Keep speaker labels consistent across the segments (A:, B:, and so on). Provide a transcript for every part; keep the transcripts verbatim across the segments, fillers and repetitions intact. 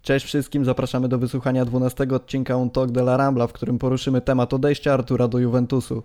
A: Cześć wszystkim, zapraszamy do wysłuchania dwunastego odcinka Un Talk de la Rambla, w którym poruszymy temat odejścia Artura do Juventusu.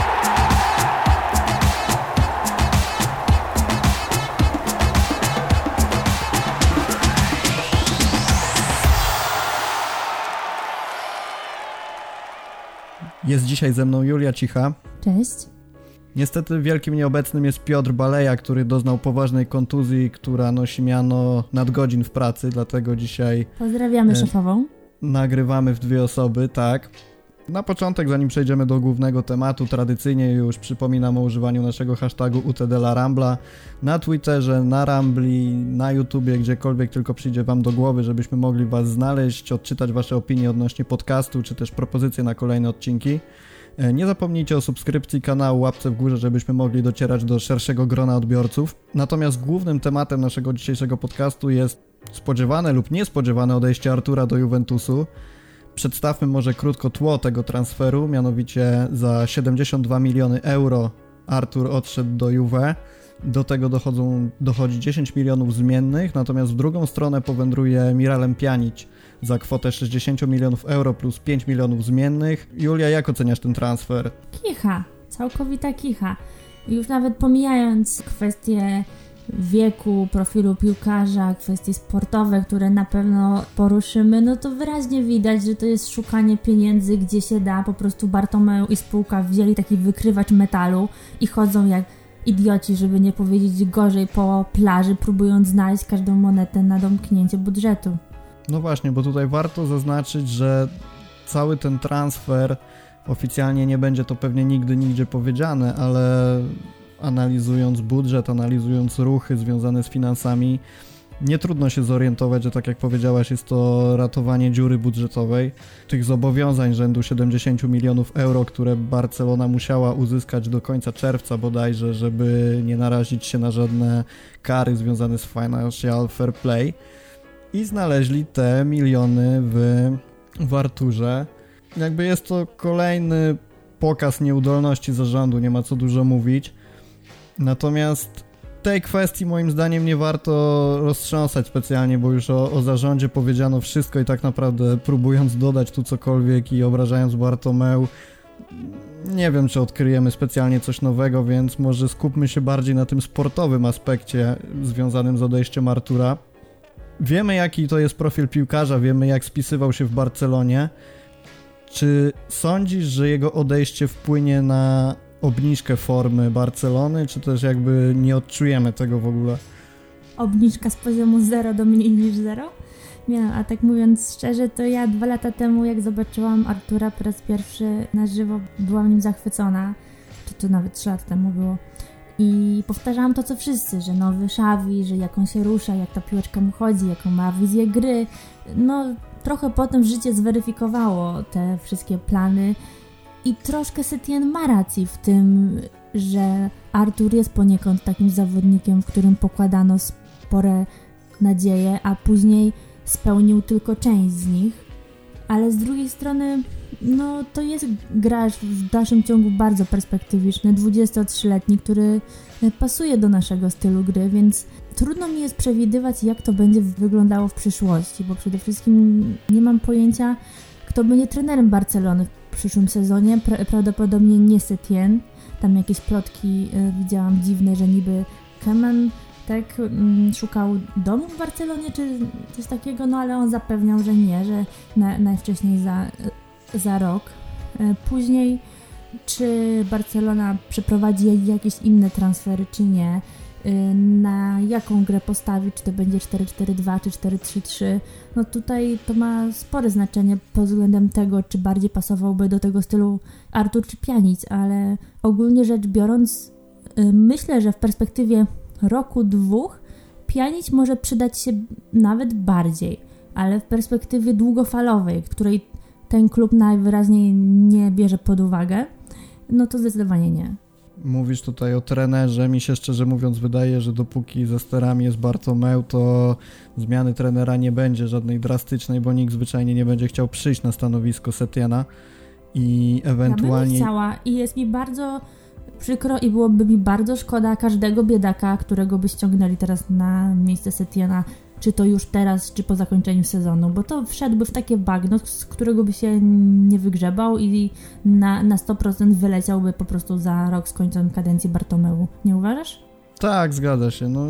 A: Jest dzisiaj ze mną Julia Cicha.
B: Cześć.
A: Niestety wielkim nieobecnym jest Piotr Baleja, który doznał poważnej kontuzji, która nosi miano nadgodzin w pracy, dlatego dzisiaj...
B: Pozdrawiamy
A: e,
B: szefową.
A: Nagrywamy w dwie osoby, tak. Na początek, zanim przejdziemy do głównego tematu, tradycyjnie już przypominam o używaniu naszego hashtagu U T de la Rambla na Twitterze, na Rambli, na YouTubie, gdziekolwiek tylko przyjdzie wam do głowy, żebyśmy mogli was znaleźć, odczytać wasze opinie odnośnie podcastu, czy też propozycje na kolejne odcinki. Nie zapomnijcie o subskrypcji kanału, łapce w górze, żebyśmy mogli docierać do szerszego grona odbiorców. Natomiast głównym tematem naszego dzisiejszego podcastu jest spodziewane lub niespodziewane odejście Artura do Juventusu. Przedstawmy może krótko tło tego transferu, mianowicie za siedemdziesiąt dwa miliony euro Artur odszedł do Juve. Do tego dochodzą, dochodzi dziesięć milionów zmiennych, natomiast w drugą stronę powędruje Miralem Pjanic za kwotę sześćdziesiąt milionów euro plus pięć milionów zmiennych. Julia, jak oceniasz ten transfer?
B: Kicha, całkowita kicha. Już nawet pomijając kwestie wieku, profilu piłkarza, kwestie sportowe, które na pewno poruszymy, no to wyraźnie widać, że to jest szukanie pieniędzy gdzie się da. Po prostu Bartomeu i spółka wzięli taki wykrywacz metalu i chodzą jak idioci, żeby nie powiedzieć gorzej, po plaży, próbując znaleźć każdą monetę na domknięcie budżetu.
A: No właśnie, bo tutaj warto zaznaczyć, że cały ten transfer, oficjalnie nie będzie to pewnie nigdy nigdzie powiedziane, ale analizując budżet, analizując ruchy związane z finansami, nie trudno się zorientować, że tak jak powiedziałaś, jest to ratowanie dziury budżetowej. Tych zobowiązań rzędu siedemdziesiąt milionów euro, które Barcelona musiała uzyskać do końca czerwca bodajże, żeby nie narazić się na żadne kary związane z Financial Fair Play. I znaleźli te miliony w, w Arturze. Jakby jest to kolejny pokaz nieudolności zarządu, nie ma co dużo mówić. Natomiast tej kwestii moim zdaniem nie warto roztrząsać specjalnie, bo już o, o zarządzie powiedziano wszystko i tak naprawdę próbując dodać tu cokolwiek i obrażając Bartomeu, nie wiem, czy odkryjemy specjalnie coś nowego, więc może skupmy się bardziej na tym sportowym aspekcie związanym z odejściem Artura. Wiemy, jaki to jest profil piłkarza, wiemy, jak spisywał się w Barcelonie. Czy sądzisz, że jego odejście wpłynie na obniżkę formy Barcelony, czy też jakby nie odczujemy tego w ogóle?
B: Obniżka z poziomu zero do mniej niż zero? Nie, a tak mówiąc szczerze, to ja dwa lata temu, jak zobaczyłam Artura po raz pierwszy na żywo, byłam nim zachwycona. Czy to nawet trzy lata temu było. I powtarzałam to, co wszyscy, że nowy Xavi, że jak on się rusza, jak ta piłeczka mu chodzi, jaką ma wizję gry. No, trochę potem życie zweryfikowało te wszystkie plany i troszkę Setien ma racji w tym, że Artur jest poniekąd takim zawodnikiem, w którym pokładano spore nadzieje, a później spełnił tylko część z nich. Ale z drugiej strony, no to jest gracz w dalszym ciągu bardzo perspektywiczny, dwudziestotrzyletni, który pasuje do naszego stylu gry, więc trudno mi jest przewidywać, jak to będzie wyglądało w przyszłości, bo przede wszystkim nie mam pojęcia, kto będzie trenerem Barcelony w przyszłym sezonie. Pra- prawdopodobnie nie Setien. Tam jakieś plotki y, widziałam dziwne, że niby Koeman tak mm, szukał domu w Barcelonie, czy coś takiego, no ale on zapewniał, że nie, że na, najwcześniej za, za rok. Y, później, czy Barcelona przeprowadzi jakieś inne transfery, czy nie, y, na jaką grę postawi, czy to będzie cztery cztery dwa, czy cztery trzy trzy, no tutaj to ma spore znaczenie pod względem tego, czy bardziej pasowałby do tego stylu Artur czy Pjanic, ale ogólnie rzecz biorąc, y, myślę, że w perspektywie roku, dwóch, Pjanic może przydać się nawet bardziej, ale w perspektywie długofalowej, której ten klub najwyraźniej nie bierze pod uwagę, no to zdecydowanie nie.
A: Mówisz tutaj o trenerze, mi się szczerze mówiąc wydaje, że dopóki za sterami jest Bartomeu, to zmiany trenera nie będzie żadnej drastycznej, bo nikt zwyczajnie nie będzie chciał przyjść na stanowisko Setiena i ewentualnie...
B: Ja bym chciała i jest mi bardzo przykro i byłoby mi bardzo szkoda każdego biedaka, którego by ściągnęli teraz na miejsce Setiena czy to już teraz, czy po zakończeniu sezonu, bo to wszedłby w takie bagno, z którego by się nie wygrzebał i na, na sto procent wyleciałby po prostu za rok z końcem kadencji Bartomeu. Nie uważasz?
A: Tak, zgadza się. No,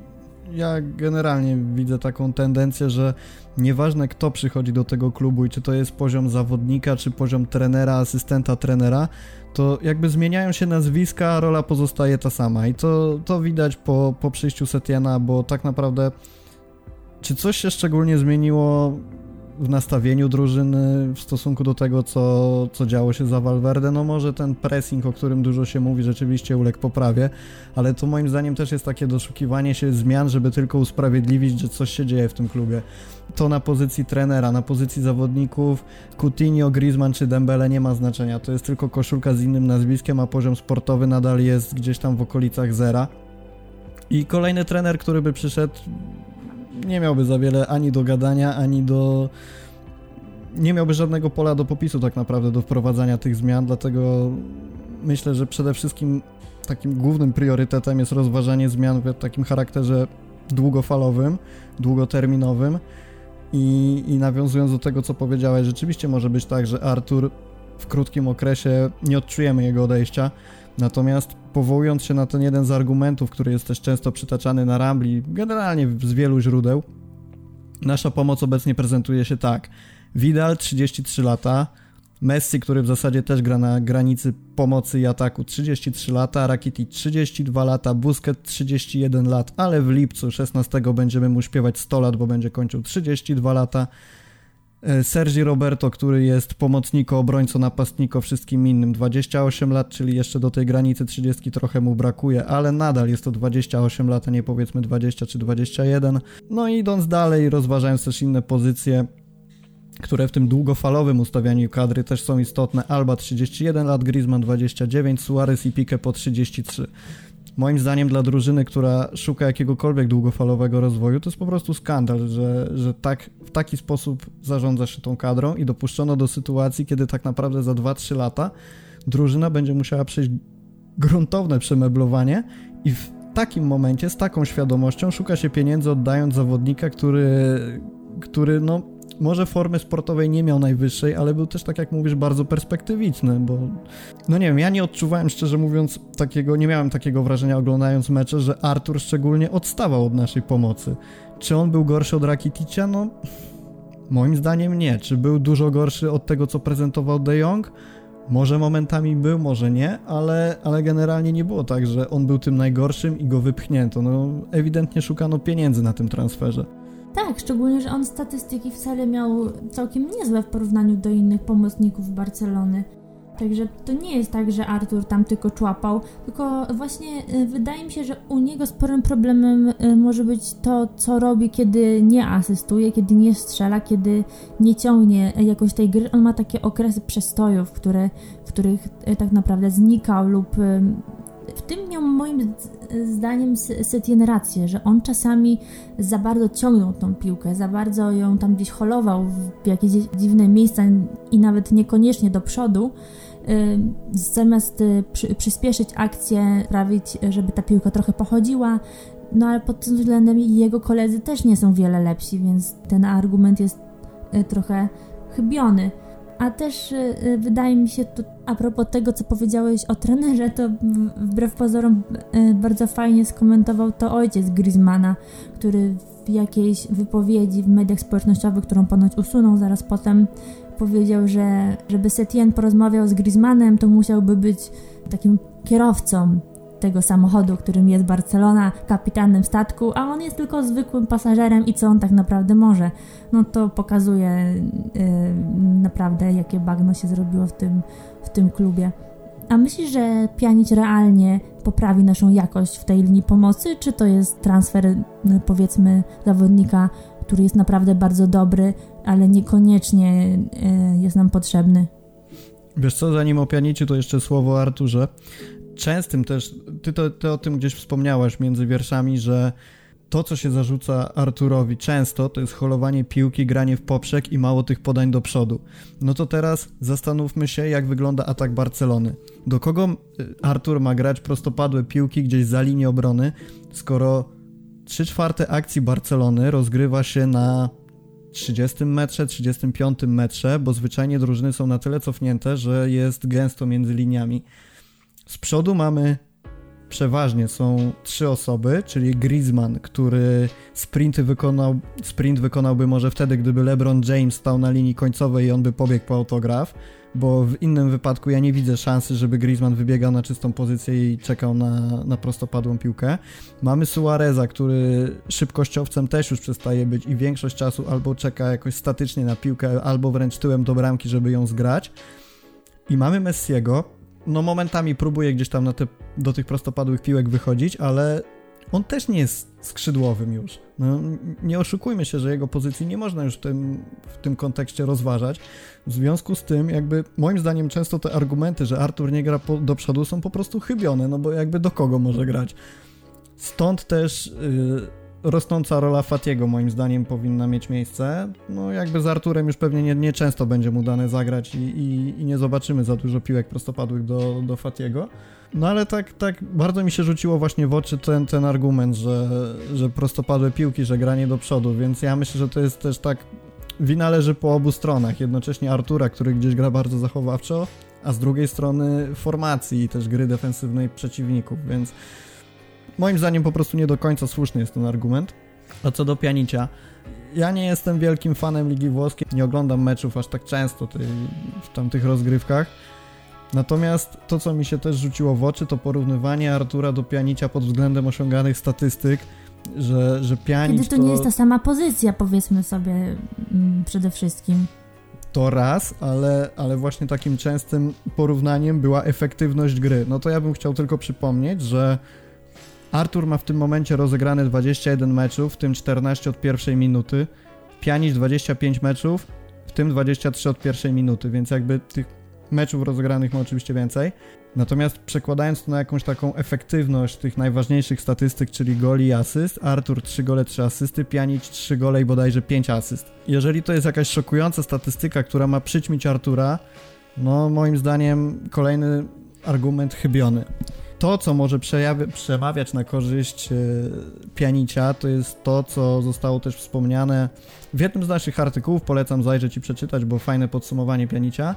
A: ja generalnie widzę taką tendencję, że nieważne kto przychodzi do tego klubu i czy to jest poziom zawodnika, czy poziom trenera, asystenta trenera, to jakby zmieniają się nazwiska, a rola pozostaje ta sama i to, to widać po, po przyjściu Setiena, bo tak naprawdę czy coś się szczególnie zmieniło w nastawieniu drużyny w stosunku do tego, co, co działo się za Valverde? No może ten pressing, o którym dużo się mówi, rzeczywiście uległ poprawie, ale to moim zdaniem też jest takie doszukiwanie się zmian, żeby tylko usprawiedliwić, że coś się dzieje w tym klubie. To na pozycji trenera, na pozycji zawodników Coutinho, Griezmann czy Dembele nie ma znaczenia, to jest tylko koszulka z innym nazwiskiem, a poziom sportowy nadal jest gdzieś tam w okolicach zera. I kolejny trener, który by przyszedł, nie miałby za wiele ani do gadania, ani do... nie miałby żadnego pola do popisu tak naprawdę do wprowadzania tych zmian, dlatego myślę, że przede wszystkim takim głównym priorytetem jest rozważanie zmian w takim charakterze długofalowym, długoterminowym i, i nawiązując do tego, co powiedziałeś, rzeczywiście może być tak, że Artur w krótkim okresie nie odczujemy jego odejścia, natomiast powołując się na ten jeden z argumentów, który jest też często przytaczany na Rambli, generalnie z wielu źródeł, nasza pomoc obecnie prezentuje się tak. Vidal trzydzieści trzy lata, Messi, który w zasadzie też gra na granicy pomocy i ataku, trzydzieści trzy lata, Rakitic trzydzieści dwa lata, Busquets trzydzieści jeden lat, ale w lipcu szesnastego będziemy mu śpiewać sto lat, bo będzie kończył trzydzieści dwa lata. Sergi Roberto, który jest pomocniko, obrońco, napastniko, wszystkim innym, dwadzieścia osiem lat, czyli jeszcze do tej granicy trzydzieści trochę mu brakuje, ale nadal jest to dwadzieścia osiem lat, a nie powiedzmy dwadzieścia czy dwadzieścia jeden. No i idąc dalej, rozważając też inne pozycje, które w tym długofalowym ustawianiu kadry też są istotne, Alba trzydzieści jeden lat, Griezmann dwadzieścia dziewięć, Suarez i Piqué po trzydzieści trzy. Moim zdaniem dla drużyny, która szuka jakiegokolwiek długofalowego rozwoju, to jest po prostu skandal, że, że tak, w taki sposób zarządza się tą kadrą i dopuszczono do sytuacji, kiedy tak naprawdę za dwa trzy lata drużyna będzie musiała przejść gruntowne przemeblowanie i w takim momencie, z taką świadomością szuka się pieniędzy, oddając zawodnika, który, który no może formy sportowej nie miał najwyższej, ale był też, tak jak mówisz, bardzo perspektywiczny, bo no nie wiem, ja nie odczuwałem, szczerze mówiąc, takiego, nie miałem takiego wrażenia oglądając mecze, że Artur szczególnie odstawał od naszej pomocy. Czy on był gorszy od Rakiticia? No moim zdaniem nie. Czy był dużo gorszy od tego, co prezentował De Jong? Może momentami był, może nie, ale, ale generalnie nie było tak, że on był tym najgorszym i go wypchnięto. No ewidentnie szukano pieniędzy na tym transferze.
B: Tak, szczególnie, że on statystyki wcale miał całkiem niezłe w porównaniu do innych pomocników Barcelony. Także to nie jest tak, że Artur tam tylko człapał, tylko właśnie wydaje mi się, że u niego sporym problemem może być to, co robi, kiedy nie asystuje, kiedy nie strzela, kiedy nie ciągnie jakoś tej gry. On ma takie okresy przestojów, które, w których tak naprawdę znikał lub... W tym miał moim zdaniem Setien rację, że on czasami za bardzo ciągnął tą piłkę, za bardzo ją tam gdzieś holował w jakieś dziwne miejsca i nawet niekoniecznie do przodu, zamiast przy, przyspieszyć akcję, sprawić, żeby ta piłka trochę pochodziła, no ale pod tym względem jego koledzy też nie są wiele lepsi, więc ten argument jest trochę chybiony. A też y, wydaje mi się, to a propos tego, co powiedziałeś o trenerze, to wbrew pozorom y, bardzo fajnie skomentował to ojciec Griezmana, który w jakiejś wypowiedzi w mediach społecznościowych, którą ponoć usunął zaraz potem, powiedział, że żeby Setien porozmawiał z Griezmannem, to musiałby być takim kierowcą tego samochodu, którym jest Barcelona, kapitanem statku, a on jest tylko zwykłym pasażerem i co on tak naprawdę może. No to pokazuje yy, naprawdę, jakie bagno się zrobiło w tym, w tym klubie. A myślisz, że Pjanic realnie poprawi naszą jakość w tej linii pomocy, czy to jest transfer, powiedzmy, zawodnika, który jest naprawdę bardzo dobry, ale niekoniecznie yy, jest nam potrzebny?
A: Wiesz co, zanim o Pjanicie, to jeszcze słowo o Arturze. Częstym też, ty, to, ty o tym gdzieś wspomniałaś między wierszami, że to, co się zarzuca Arturowi często, to jest holowanie piłki, granie w poprzek i mało tych podań do przodu. No to teraz zastanówmy się, jak wygląda atak Barcelony. Do kogo Artur ma grać prostopadłe piłki gdzieś za linię obrony, skoro trzy czwarte akcji Barcelony rozgrywa się na trzydziestym metrze, trzydziestym piątym metrze, bo zwyczajnie drużyny są na tyle cofnięte, że jest gęsto między liniami. Z przodu mamy przeważnie są trzy osoby, czyli Griezmann, który sprinty wykonał, sprint wykonałby może wtedy, gdyby LeBron James stał na linii końcowej i on by pobiegł po autograf, bo w innym wypadku ja nie widzę szansy, żeby Griezmann wybiegał na czystą pozycję i czekał na, na prostopadłą piłkę. Mamy Suareza, który szybkościowcem też już przestaje być i większość czasu albo czeka jakoś statycznie na piłkę, albo wręcz tyłem do bramki, żeby ją zgrać. I mamy Messiego. No momentami próbuje gdzieś tam na te, do tych prostopadłych piłek wychodzić, ale on też nie jest skrzydłowym już. No, nie oszukujmy się, że jego pozycji nie można już w tym, w tym kontekście rozważać. W związku z tym jakby moim zdaniem często te argumenty, że Artur nie gra po, do przodu są po prostu chybione, no bo jakby do kogo może grać. Stąd też yy, rosnąca rola Fatiego moim zdaniem powinna mieć miejsce. No jakby z Arturem już pewnie nie, nie często będzie mu dane zagrać i, i, i nie zobaczymy za dużo piłek prostopadłych do, do Fatiego. No ale tak, tak bardzo mi się rzuciło właśnie w oczy ten, ten argument, że, że prostopadłe piłki, że granie do przodu, więc ja myślę, że to jest też tak, wina leży po obu stronach. Jednocześnie Artura, który gdzieś gra bardzo zachowawczo, a z drugiej strony formacji i też gry defensywnej przeciwników, więc moim zdaniem po prostu nie do końca słuszny jest ten argument. A co do Pjanicia, ja nie jestem wielkim fanem Ligi Włoskiej, nie oglądam meczów aż tak często tej, w tamtych rozgrywkach. Natomiast to, co mi się też rzuciło w oczy, to porównywanie Artura do Pjanicia pod względem osiąganych statystyk, że, że Pjanic
B: Kiedy to, to nie jest ta sama pozycja, powiedzmy sobie mm, przede wszystkim.
A: To raz, ale, ale właśnie takim częstym porównaniem była efektywność gry. No to ja bym chciał tylko przypomnieć, że Artur ma w tym momencie rozegrane dwadzieścia jeden meczów, w tym czternaście od pierwszej minuty, Pjanic dwadzieścia pięć meczów, w tym dwadzieścia trzy od pierwszej minuty, więc jakby tych meczów rozegranych ma oczywiście więcej. Natomiast przekładając to na jakąś taką efektywność tych najważniejszych statystyk, czyli goli i asyst, Artur trzy gole, trzy asysty, Pjanic trzy gole i bodajże pięć asyst. Jeżeli to jest jakaś szokująca statystyka, która ma przyćmić Artura, no moim zdaniem kolejny argument chybiony. To, co może przejawi- przemawiać na korzyść yy, Pjanicia, to jest to, co zostało też wspomniane w jednym z naszych artykułów, polecam zajrzeć i przeczytać, bo fajne podsumowanie Pjanicia,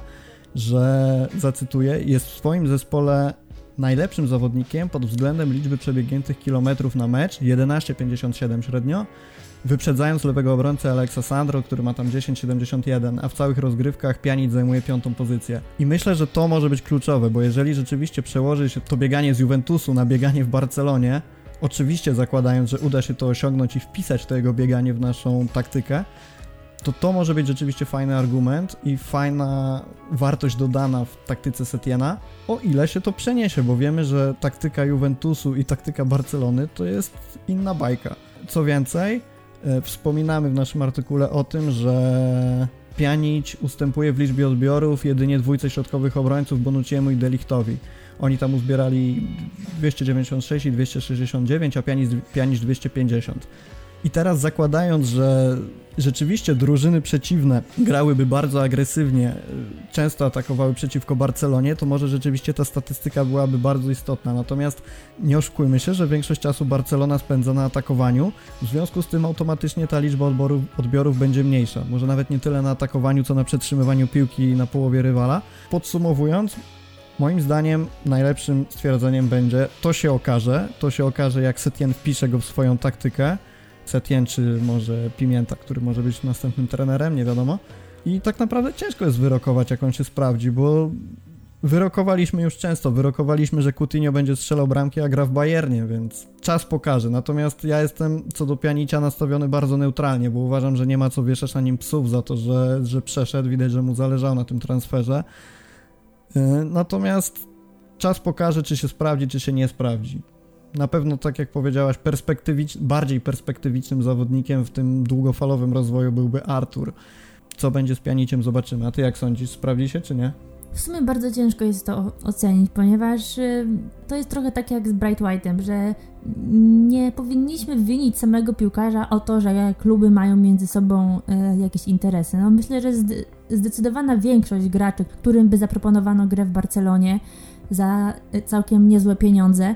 A: że, zacytuję, jest w swoim zespole najlepszym zawodnikiem pod względem liczby przebiegniętych kilometrów na mecz, jedenaście przecinek pięćdziesiąt siedem średnio, wyprzedzając lewego obrońcę Alexa Sandro, który ma tam dziesięć przecinek siedemdziesiąt jeden, a w całych rozgrywkach Pjanic zajmuje piątą pozycję. I myślę, że to może być kluczowe, bo jeżeli rzeczywiście przełoży się to bieganie z Juventusu na bieganie w Barcelonie, oczywiście zakładając, że uda się to osiągnąć i wpisać to jego bieganie w naszą taktykę, to to może być rzeczywiście fajny argument i fajna wartość dodana w taktyce Setiena, o ile się to przeniesie, bo wiemy, że taktyka Juventusu i taktyka Barcelony to jest inna bajka. Co więcej, e, wspominamy w naszym artykule o tym, że Pjanic ustępuje w liczbie odbiorów jedynie dwójce środkowych obrońców Bonucciemu i De Lichtowi. Oni tam uzbierali dwieście dziewięćdziesiąt sześć i dwieście sześćdziesiąt dziewięć, a Pjanic, Pjanic dwieście pięćdziesiąt. I teraz zakładając, że rzeczywiście drużyny przeciwne grałyby bardzo agresywnie, często atakowały przeciwko Barcelonie, to może rzeczywiście ta statystyka byłaby bardzo istotna. Natomiast nie oszukujmy się, że większość czasu Barcelona spędza na atakowaniu, w związku z tym automatycznie ta liczba odbiorów, odbiorów będzie mniejsza. Może nawet nie tyle na atakowaniu, co na przetrzymywaniu piłki na połowie rywala. Podsumowując, moim zdaniem najlepszym stwierdzeniem będzie, to się okaże, to się okaże jak Setien wpisze go w swoją taktykę, Setien czy może Pimienta, który może być następnym trenerem, nie wiadomo. I tak naprawdę ciężko jest wyrokować, jak on się sprawdzi, bo wyrokowaliśmy już często, wyrokowaliśmy, że Coutinho będzie strzelał bramki, a gra w Bayernie, więc czas pokaże. Natomiast ja jestem co do Pjanicia nastawiony bardzo neutralnie, bo uważam, że nie ma co wieszać na nim psów za to, że, że przeszedł, widać, że mu zależało na tym transferze. Natomiast czas pokaże, czy się sprawdzi, czy się nie sprawdzi. Na pewno, tak jak powiedziałaś, perspektywicz, bardziej perspektywicznym zawodnikiem w tym długofalowym rozwoju byłby Artur. Co będzie z Pjaniciem, zobaczymy. A ty jak sądzisz, sprawdzi się czy nie?
B: W sumie bardzo ciężko jest to ocenić, ponieważ to jest trochę tak jak z Bright White'em, że nie powinniśmy winić samego piłkarza o to, że kluby mają między sobą jakieś interesy. No myślę, że zdecydowana większość graczy, którym by zaproponowano grę w Barcelonie za całkiem niezłe pieniądze,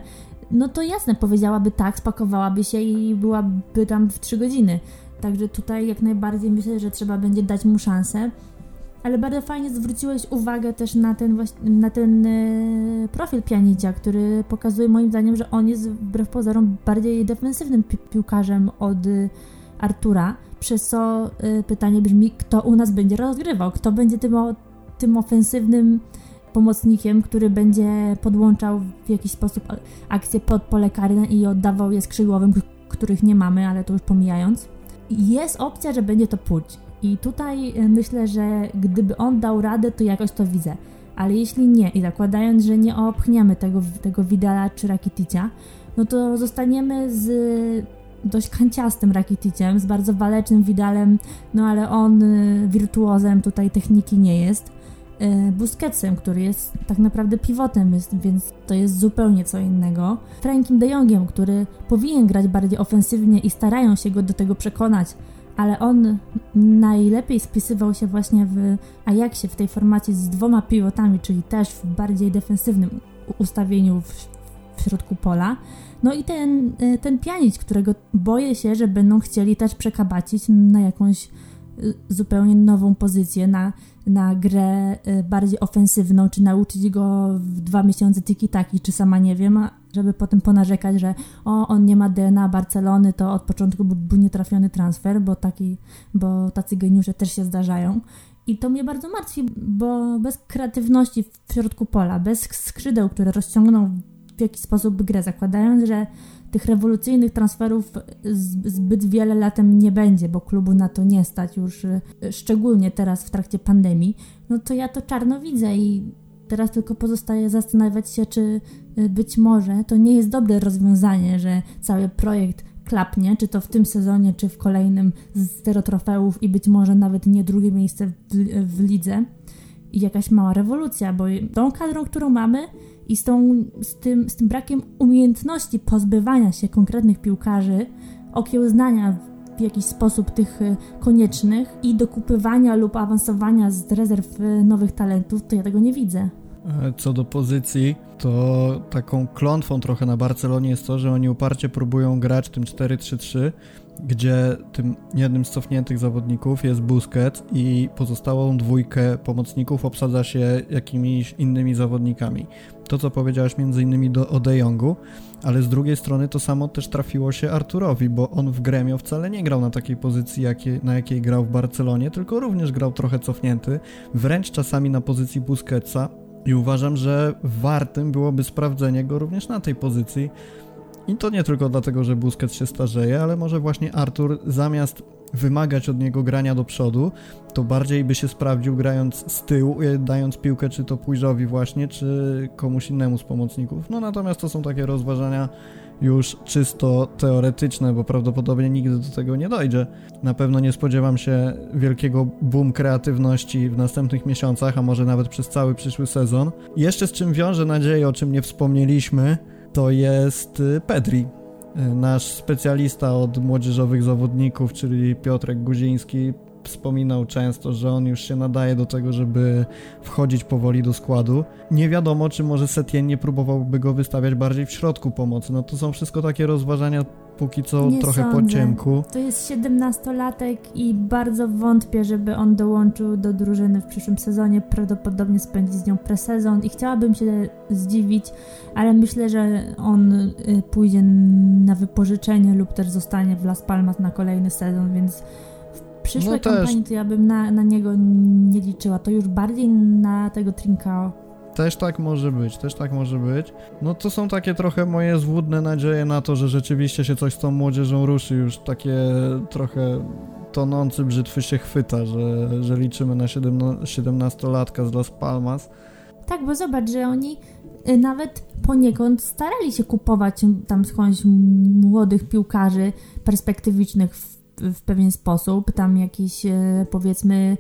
B: no to jasne, powiedziałaby tak, spakowałaby się i byłaby tam w trzy godziny. Także tutaj jak najbardziej myślę, że trzeba będzie dać mu szansę. Ale bardzo fajnie zwróciłeś uwagę też na ten, właśnie, na ten e, profil Pjanicia, który pokazuje moim zdaniem, że on jest wbrew pozorom bardziej defensywnym pi- piłkarzem od e, Artura, przez co e, pytanie brzmi, kto u nas będzie rozgrywał, kto będzie tym, o, tym ofensywnym pomocnikiem, który będzie podłączał w jakiś sposób akcję pod pole karne i oddawał je skrzydłowym, których nie mamy, ale to już pomijając. Jest opcja, że będzie to Puig. I tutaj myślę, że gdyby on dał radę, to jakoś to widzę. Ale jeśli nie, i zakładając, że nie opchniemy tego, tego Vidala czy Rakiticia, no to zostaniemy z dość kanciastym Rakiticiem, z bardzo walecznym Vidalem, no ale on wirtuozem tutaj techniki nie jest. Busquetsem, który jest tak naprawdę pivotem, jest, więc to jest zupełnie co innego. Frankiem de Jongiem, który powinien grać bardziej ofensywnie i starają się go do tego przekonać, ale on najlepiej spisywał się właśnie w Ajaxie, w tej formacji z dwoma pivotami, czyli też w bardziej defensywnym ustawieniu w, w środku pola. No i ten, ten Pjanic, którego boję się, że będą chcieli też przekabacić na jakąś zupełnie nową pozycję, na, na grę bardziej ofensywną, czy nauczyć go w dwa miesiące tiki-taki, czy sama nie wiem, żeby potem ponarzekać, że o, on nie ma D N A Barcelony, to od początku był, był nietrafiony transfer, bo, taki, bo tacy geniusze też się zdarzają. I to mnie bardzo martwi, bo bez kreatywności w środku pola, bez skrzydeł, które rozciągną w jakiś sposób grę, zakładając, że tych rewolucyjnych transferów zbyt wiele latem nie będzie, bo klubu na to nie stać już, szczególnie teraz w trakcie pandemii, no to ja to czarno widzę i teraz tylko pozostaje zastanawiać się, czy być może to nie jest dobre rozwiązanie, że cały projekt klapnie, czy to w tym sezonie, czy w kolejnym z zero trofeów i być może nawet nie drugie miejsce w, w lidze i jakaś mała rewolucja, bo tą kadrą, którą mamy i z, tą, z, tym, z tym brakiem umiejętności pozbywania się konkretnych piłkarzy, okiełznania w jakiś sposób tych koniecznych i dokupywania lub awansowania z rezerw nowych talentów, to ja tego nie widzę.
A: Co do pozycji, to taką klątwą trochę na Barcelonie jest to, że oni uparcie próbują grać tym cztery trzy trzy, gdzie tym jednym z cofniętych zawodników jest Busquets i pozostałą dwójkę pomocników obsadza się jakimiś innymi zawodnikami. To, co powiedziałeś między innymi do, o De Jongu, ale z drugiej strony to samo też trafiło się Arturowi, bo on w Gremio wcale nie grał na takiej pozycji, jakiej, na jakiej grał w Barcelonie, tylko również grał trochę cofnięty, wręcz czasami na pozycji Busquetsa i uważam, że wartym byłoby sprawdzenie go również na tej pozycji. I to nie tylko dlatego, że Busquets się starzeje, ale może właśnie Artur zamiast wymagać od niego grania do przodu, to bardziej by się sprawdził grając z tyłu, dając piłkę czy to Puigowi właśnie, czy komuś innemu z pomocników. No natomiast to są takie rozważania już czysto teoretyczne, bo prawdopodobnie nigdy do tego nie dojdzie. Na pewno nie spodziewam się wielkiego boom kreatywności w następnych miesiącach, a może nawet przez cały przyszły sezon. I jeszcze z czym wiąże nadzieję, o czym nie wspomnieliśmy, to jest Pedri. Nasz specjalista od młodzieżowych zawodników, czyli Piotrek Guziński, wspominał często, że on już się nadaje do tego, żeby wchodzić powoli do składu. Nie wiadomo, czy może Setien nie próbowałby go wystawiać bardziej w środku pomocy. No to są wszystko takie rozważania póki co
B: nie
A: trochę
B: sądzę.
A: po ciemku.
B: To jest siedemnastolatek i bardzo wątpię, żeby on dołączył do drużyny w przyszłym sezonie. Prawdopodobnie spędzi z nią presezon i chciałabym się zdziwić, ale myślę, że on pójdzie na wypożyczenie lub też zostanie w Las Palmas na kolejny sezon, więc w przyszłej no kampanii to ja bym na, na niego nie liczyła. To już bardziej na tego Trincao.
A: Też tak może być, też tak może być. No to są takie trochę moje złudne nadzieje na to, że rzeczywiście się coś z tą młodzieżą ruszy. Już takie trochę tonący brzytwy się chwyta, że, że liczymy na siedemnastolatka z Las Palmas.
B: Tak, bo zobacz, że oni nawet poniekąd starali się kupować tam skądś młodych piłkarzy perspektywicznych w w pewien sposób, tam jakiś powiedzmy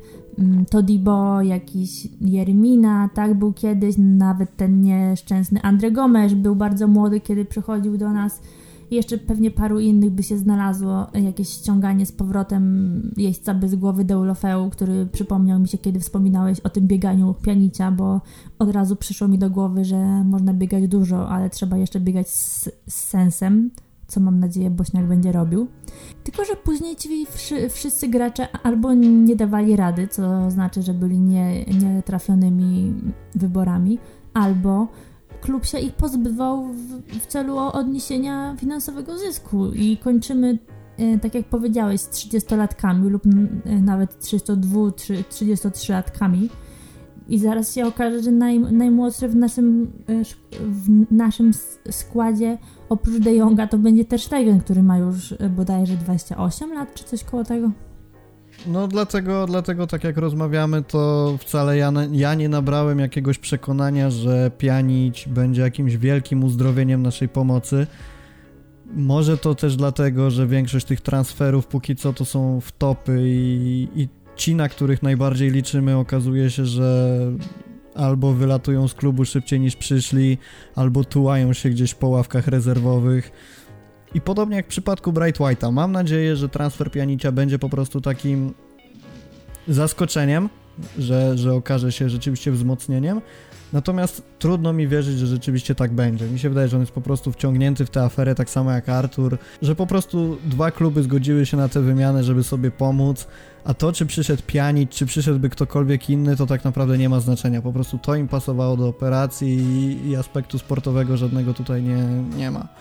B: Todibo, jakiś Jeremina, tak, był kiedyś, nawet ten nieszczęsny Andre Gomes był bardzo młody, kiedy przychodził do nas I jeszcze pewnie paru innych by się znalazło, jakieś ściąganie z powrotem jeźdźca bez głowy Deulofeu, który przypomniał mi się, kiedy wspominałeś o tym bieganiu Pjanicia, bo od razu przyszło mi do głowy, że można biegać dużo, ale trzeba jeszcze biegać z, z sensem, co mam nadzieję Bośniak będzie robił. Tylko że później ci wszy, wszyscy gracze albo nie dawali rady, co znaczy, że byli nie, nietrafionymi wyborami, albo klub się ich pozbywał w, w celu odniesienia finansowego zysku i kończymy, e, tak jak powiedziałeś, z trzydziestolatkami lub e, nawet trzydziestotrzylatkami i zaraz się okaże, że naj, najmłodszy w naszym, e, w naszym składzie oprócz De Jonga to będzie Ter Stegen, który ma już e, bodajże dwadzieścia osiem lat czy coś koło tego.
A: No dlatego, dlatego tak jak rozmawiamy, to wcale ja, ja nie nabrałem jakiegoś przekonania, że Pjanić będzie jakimś wielkim uzdrowieniem naszej pomocy. Może to też dlatego, że większość tych transferów póki co to są wtopy i, i ci, na których najbardziej liczymy, okazuje się, że albo wylatują z klubu szybciej niż przyszli, albo tułają się gdzieś po ławkach rezerwowych. I podobnie jak w przypadku Bright White'a, mam nadzieję, że transfer Pjanicia będzie po prostu takim zaskoczeniem, że, że okaże się rzeczywiście wzmocnieniem, natomiast trudno mi wierzyć, że rzeczywiście tak będzie. Mi się wydaje, że on jest po prostu wciągnięty w tę aferę tak samo jak Artur, że po prostu dwa kluby zgodziły się na tę wymianę, żeby sobie pomóc, a to czy przyszedł Pjanić, czy przyszedłby ktokolwiek inny, to tak naprawdę nie ma znaczenia. Po prostu to im pasowało do operacji i, i aspektu sportowego żadnego tutaj nie, nie ma.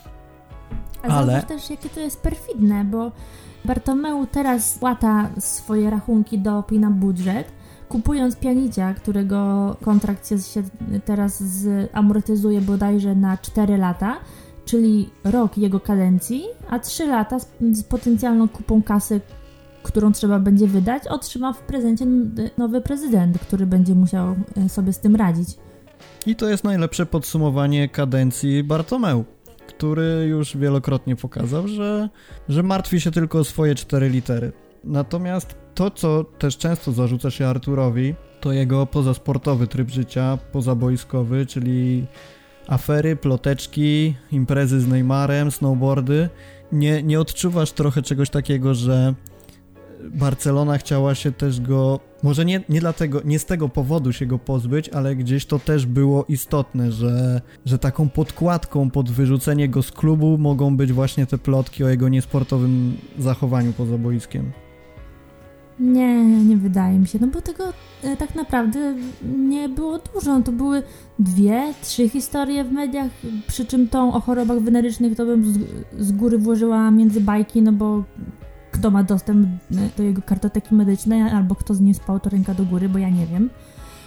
B: A ale... zauważ też, jakie to jest perfidne, bo Bartomeu teraz łata swoje rachunki do Pina Budżet, kupując Pjanicia, którego kontrakt się teraz zamortyzuje bodajże na cztery lata, czyli rok jego kadencji, a trzy lata z, z potencjalną kupą kasy, którą trzeba będzie wydać, otrzyma w prezencie nowy prezydent, który będzie musiał sobie z tym radzić.
A: I to jest najlepsze podsumowanie kadencji Bartomeu, który już wielokrotnie pokazał, że, że martwi się tylko o swoje cztery litery. Natomiast to, co też często zarzuca się Arturowi, to jego pozasportowy tryb życia, pozaboiskowy, czyli afery, ploteczki, imprezy z Neymarem, snowboardy. Nie, nie odczuwasz trochę czegoś takiego, że Barcelona chciała się też go, może nie, nie dlatego, nie z tego powodu się go pozbyć, ale gdzieś to też było istotne, że, że taką podkładką pod wyrzucenie go z klubu mogą być właśnie te plotki o jego niesportowym zachowaniu poza boiskiem.
B: Nie, nie wydaje mi się, no bo tego e, tak naprawdę nie było dużo, to były dwie, trzy historie w mediach, przy czym tą o chorobach wenerycznych to bym z, z góry włożyła między bajki, no bo kto ma dostęp do jego kartoteki medycznej, albo kto z nim spał, to ręka do góry, bo ja nie wiem.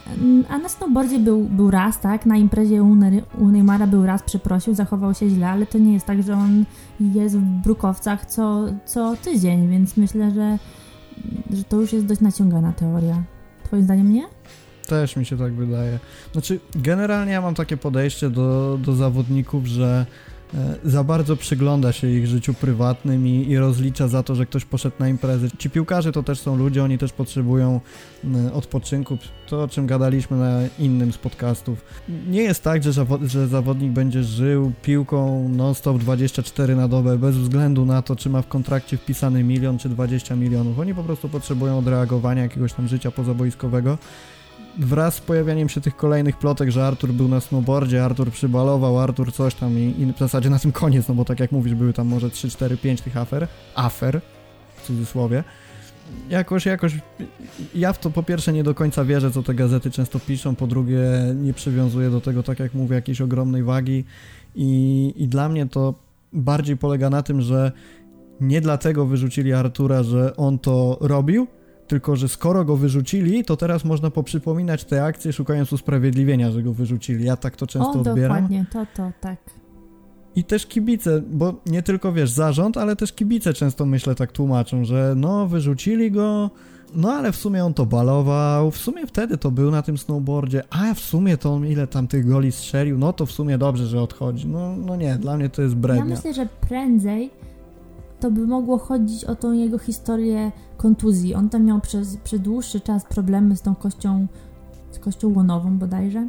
B: A na snowboardzie był, był raz, tak, na imprezie u, Ne- u Neymara był raz, przeprosił, zachował się źle, ale to nie jest tak, że on jest w Brukowcach co, co tydzień, więc myślę, że, że to już jest dość naciągana teoria. Twoim zdaniem nie?
A: Też mi się tak wydaje. Znaczy, generalnie ja mam takie podejście do, do zawodników, że za bardzo przygląda się ich życiu prywatnym i, i rozlicza za to, że ktoś poszedł na imprezę. Ci piłkarze to też są ludzie, oni też potrzebują odpoczynku, to o czym gadaliśmy na innym z podcastów. Nie jest tak, że, zawo- że zawodnik będzie żył piłką non-stop dwadzieścia cztery na dobę, bez względu na to, czy ma w kontrakcie wpisany milion czy dwadzieścia milionów. Oni po prostu potrzebują odreagowania jakiegoś tam życia pozaboiskowego. Wraz z pojawianiem się tych kolejnych plotek, że Artur był na snowboardzie, Artur przybalował, Artur coś tam i, i w zasadzie na tym koniec, no bo tak jak mówisz, były tam może trzy, cztery, pięć tych afer, afer, w cudzysłowie. Jakoś, jakoś, ja w to po pierwsze nie do końca wierzę, co te gazety często piszą, po drugie nie przywiązuję do tego, tak jak mówię, jakiejś ogromnej wagi i, i dla mnie to bardziej polega na tym, że nie dlatego wyrzucili Artura, że on to robił, tylko że skoro go wyrzucili, to teraz można poprzypominać te akcje, szukając usprawiedliwienia, że go wyrzucili. Ja tak to często
B: o,
A: odbieram.
B: Dokładnie, to, to, tak.
A: I też kibice, bo nie tylko, wiesz, zarząd, ale też kibice często, myślę, tak tłumaczą, że no, wyrzucili go, no ale w sumie on to balował, w sumie wtedy to był na tym snowboardzie, a w sumie to on ile tam tych goli strzelił, no to w sumie dobrze, że odchodzi. No, no nie, dla mnie to jest brednia.
B: Ja myślę, że prędzej to by mogło chodzić o tą jego historię kontuzji. On tam miał przez, przez dłuższy czas problemy z tą kością, z kością łonową bodajże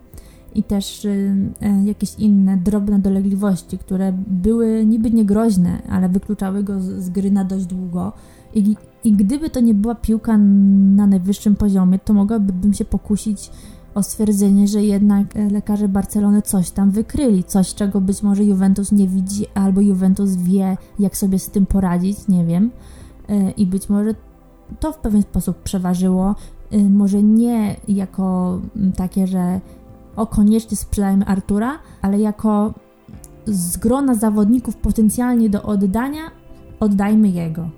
B: i też y, y, jakieś inne drobne dolegliwości, które były niby niegroźne, ale wykluczały go z, z gry na dość długo. I, I gdyby to nie była piłka na najwyższym poziomie, to mogłabym się pokusić o stwierdzenie, że jednak lekarze Barcelony coś tam wykryli, coś, czego być może Juventus nie widzi, albo Juventus wie, jak sobie z tym poradzić, nie wiem. I być może to w pewien sposób przeważyło, może nie jako takie, że o, koniecznie sprzedajmy Artura, ale jako z grona zawodników potencjalnie do oddania, oddajmy jego.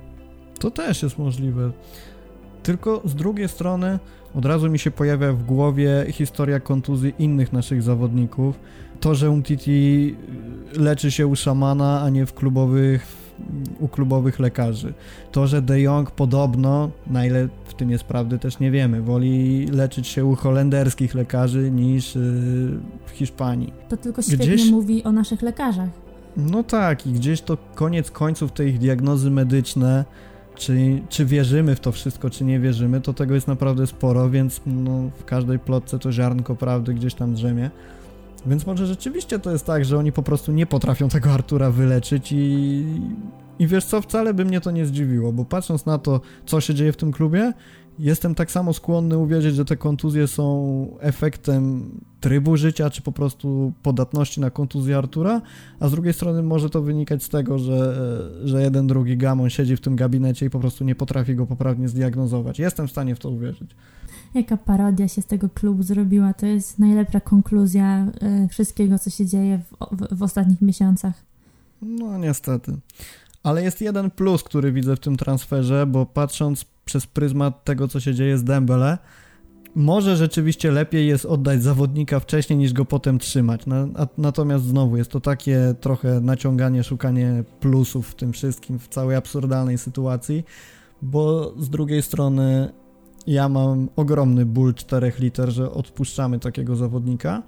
A: To też jest możliwe. Tylko z drugiej strony od razu mi się pojawia w głowie historia kontuzji innych naszych zawodników. To, że Umtiti leczy się u szamana, a nie w klubowych, u klubowych lekarzy. To, że De Jong podobno, na ile w tym jest prawdy, też nie wiemy, woli leczyć się u holenderskich lekarzy niż yy, w Hiszpanii.
B: To tylko świetnie
A: Gdzieś...
B: mówi o naszych lekarzach.
A: No tak, i gdzieś to koniec końców te ich diagnozy medyczne, czy, czy wierzymy w to wszystko, czy nie wierzymy, to tego jest naprawdę sporo, więc no, w każdej plotce to ziarnko prawdy gdzieś tam drzemie. Więc może rzeczywiście to jest tak, że oni po prostu nie potrafią tego Artura wyleczyć i, i wiesz co, wcale by mnie to nie zdziwiło, bo patrząc na to, co się dzieje w tym klubie, jestem tak samo skłonny uwierzyć, że te kontuzje są efektem trybu życia, czy po prostu podatności na kontuzję Artura, a z drugiej strony może to wynikać z tego, że, że jeden, drugi gamon siedzi w tym gabinecie i po prostu nie potrafi go poprawnie zdiagnozować. Jestem w stanie w to uwierzyć.
B: Jaka parodia się z tego klubu zrobiła, to jest najlepsza konkluzja y, wszystkiego, co się dzieje w, w, w ostatnich miesiącach.
A: No niestety. Ale jest jeden plus, który widzę w tym transferze, bo patrząc przez pryzmat tego, co się dzieje z Dembele, może rzeczywiście lepiej jest oddać zawodnika wcześniej, niż go potem trzymać. Na, a, natomiast znowu jest to takie trochę naciąganie, szukanie plusów w tym wszystkim, w całej absurdalnej sytuacji, bo z drugiej strony ja mam ogromny ból czterech liter, że odpuszczamy takiego zawodnika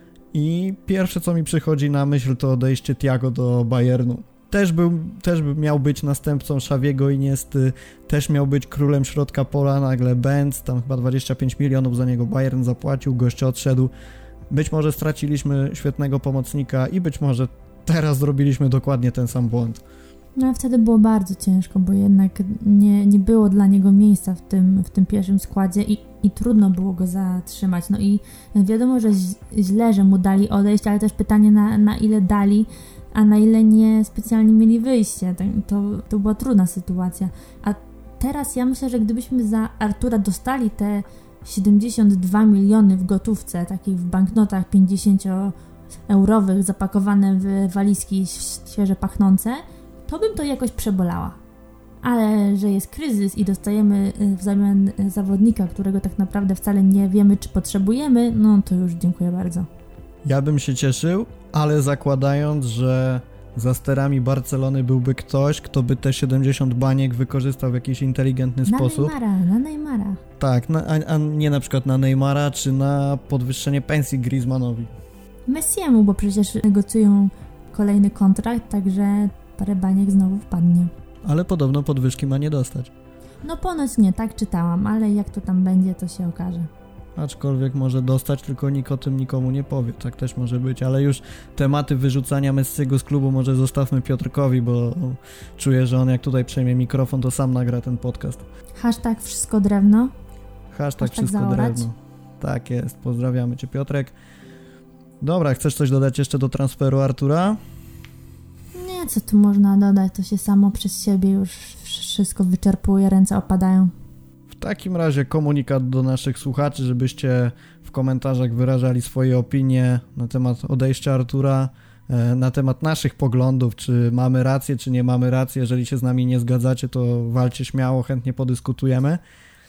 A: i pierwsze, co mi przychodzi na myśl, to odejście Thiago do Bayernu. Też, był, też by miał być następcą Xaviego Iniesty, też miał być królem środka pola, nagle Benz, tam chyba dwadzieścia pięć milionów za niego Bayern zapłacił, gość odszedł. Być może straciliśmy świetnego pomocnika i być może teraz zrobiliśmy dokładnie ten sam błąd.
B: No ale wtedy było bardzo ciężko, bo jednak nie, nie było dla niego miejsca w tym, w tym pierwszym składzie i, i trudno było go zatrzymać. No i wiadomo, że źle, że mu dali odejść, ale też pytanie na, na ile dali, a na ile nie specjalnie mieli wyjście. To, to była trudna sytuacja. A teraz ja myślę, że gdybyśmy za Artura dostali te siedemdziesiąt dwa miliony w gotówce, takich w banknotach pięćdziesięcioeurowych, zapakowane w walizki świeże pachnące, to bym to jakoś przebolała. Ale że jest kryzys i dostajemy w zamian zawodnika, którego tak naprawdę wcale nie wiemy, czy potrzebujemy, no to już dziękuję bardzo. Ja
A: bym się cieszył, ale zakładając, że za sterami Barcelony byłby ktoś, kto by te siedemdziesiąt baniek wykorzystał w jakiś inteligentny
B: na
A: sposób.
B: Na Neymara, na Neymara.
A: Tak, na, a, a nie na przykład na Neymara, czy na podwyższenie pensji Griezmannowi.
B: Messiemu, bo przecież negocjują kolejny kontrakt, także parę baniek znowu wpadnie.
A: Ale podobno podwyżki ma nie dostać.
B: No ponoć nie, tak czytałam, ale jak to tam będzie, to się okaże.
A: Aczkolwiek może dostać, tylko nikt o tym nikomu nie powie. Tak też może być, ale już tematy wyrzucania Messiego z klubu może zostawmy Piotrkowi, bo czuję, że on jak tutaj przejmie mikrofon, to sam nagra ten podcast.
B: Hashtag wszystko drewno.
A: Hashtag, Hashtag wszystko zaorać. drewno. Tak jest, pozdrawiamy Cię, Piotrek. Dobra, chcesz coś dodać jeszcze do transferu Artura?
B: Nie, co tu można dodać, to się samo przez siebie już wszystko wyczerpuje, ręce opadają.
A: W takim razie komunikat do naszych słuchaczy, żebyście w komentarzach wyrażali swoje opinie na temat odejścia Artura, na temat naszych poglądów, czy mamy rację, czy nie mamy racji. Jeżeli się z nami nie zgadzacie, to walcie śmiało, chętnie podyskutujemy.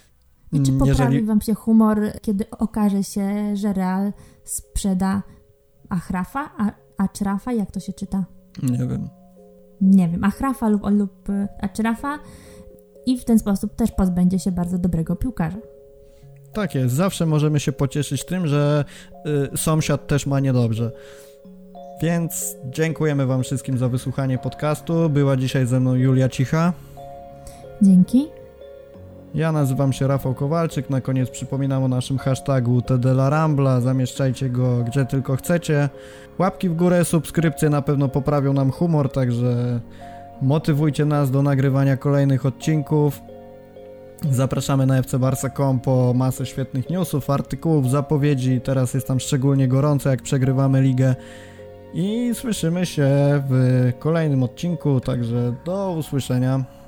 B: I czy poprawi Jeżeli... wam się humor, kiedy okaże się, że Real sprzeda Achrafa, a Achrafa, jak to się czyta?
A: Nie wiem.
B: Nie wiem, Achrafa lub, lub Achrafa i w ten sposób też pozbędzie się bardzo dobrego piłkarza.
A: Tak jest, zawsze możemy się pocieszyć tym, że y, sąsiad też ma niedobrze. Więc dziękujemy wam wszystkim za wysłuchanie podcastu. Była dzisiaj ze mną Julia Cicha.
B: Dzięki.
A: Ja nazywam się Rafał Kowalczyk, na koniec przypominam o naszym hashtagu T D La Rambla, zamieszczajcie go gdzie tylko chcecie. Łapki w górę, subskrypcje na pewno poprawią nam humor, także motywujcie nas do nagrywania kolejnych odcinków. Zapraszamy na f c barca kropka com po masę świetnych newsów, artykułów, zapowiedzi. Teraz jest tam szczególnie gorąco, jak przegrywamy ligę. I słyszymy się w kolejnym odcinku, także do usłyszenia.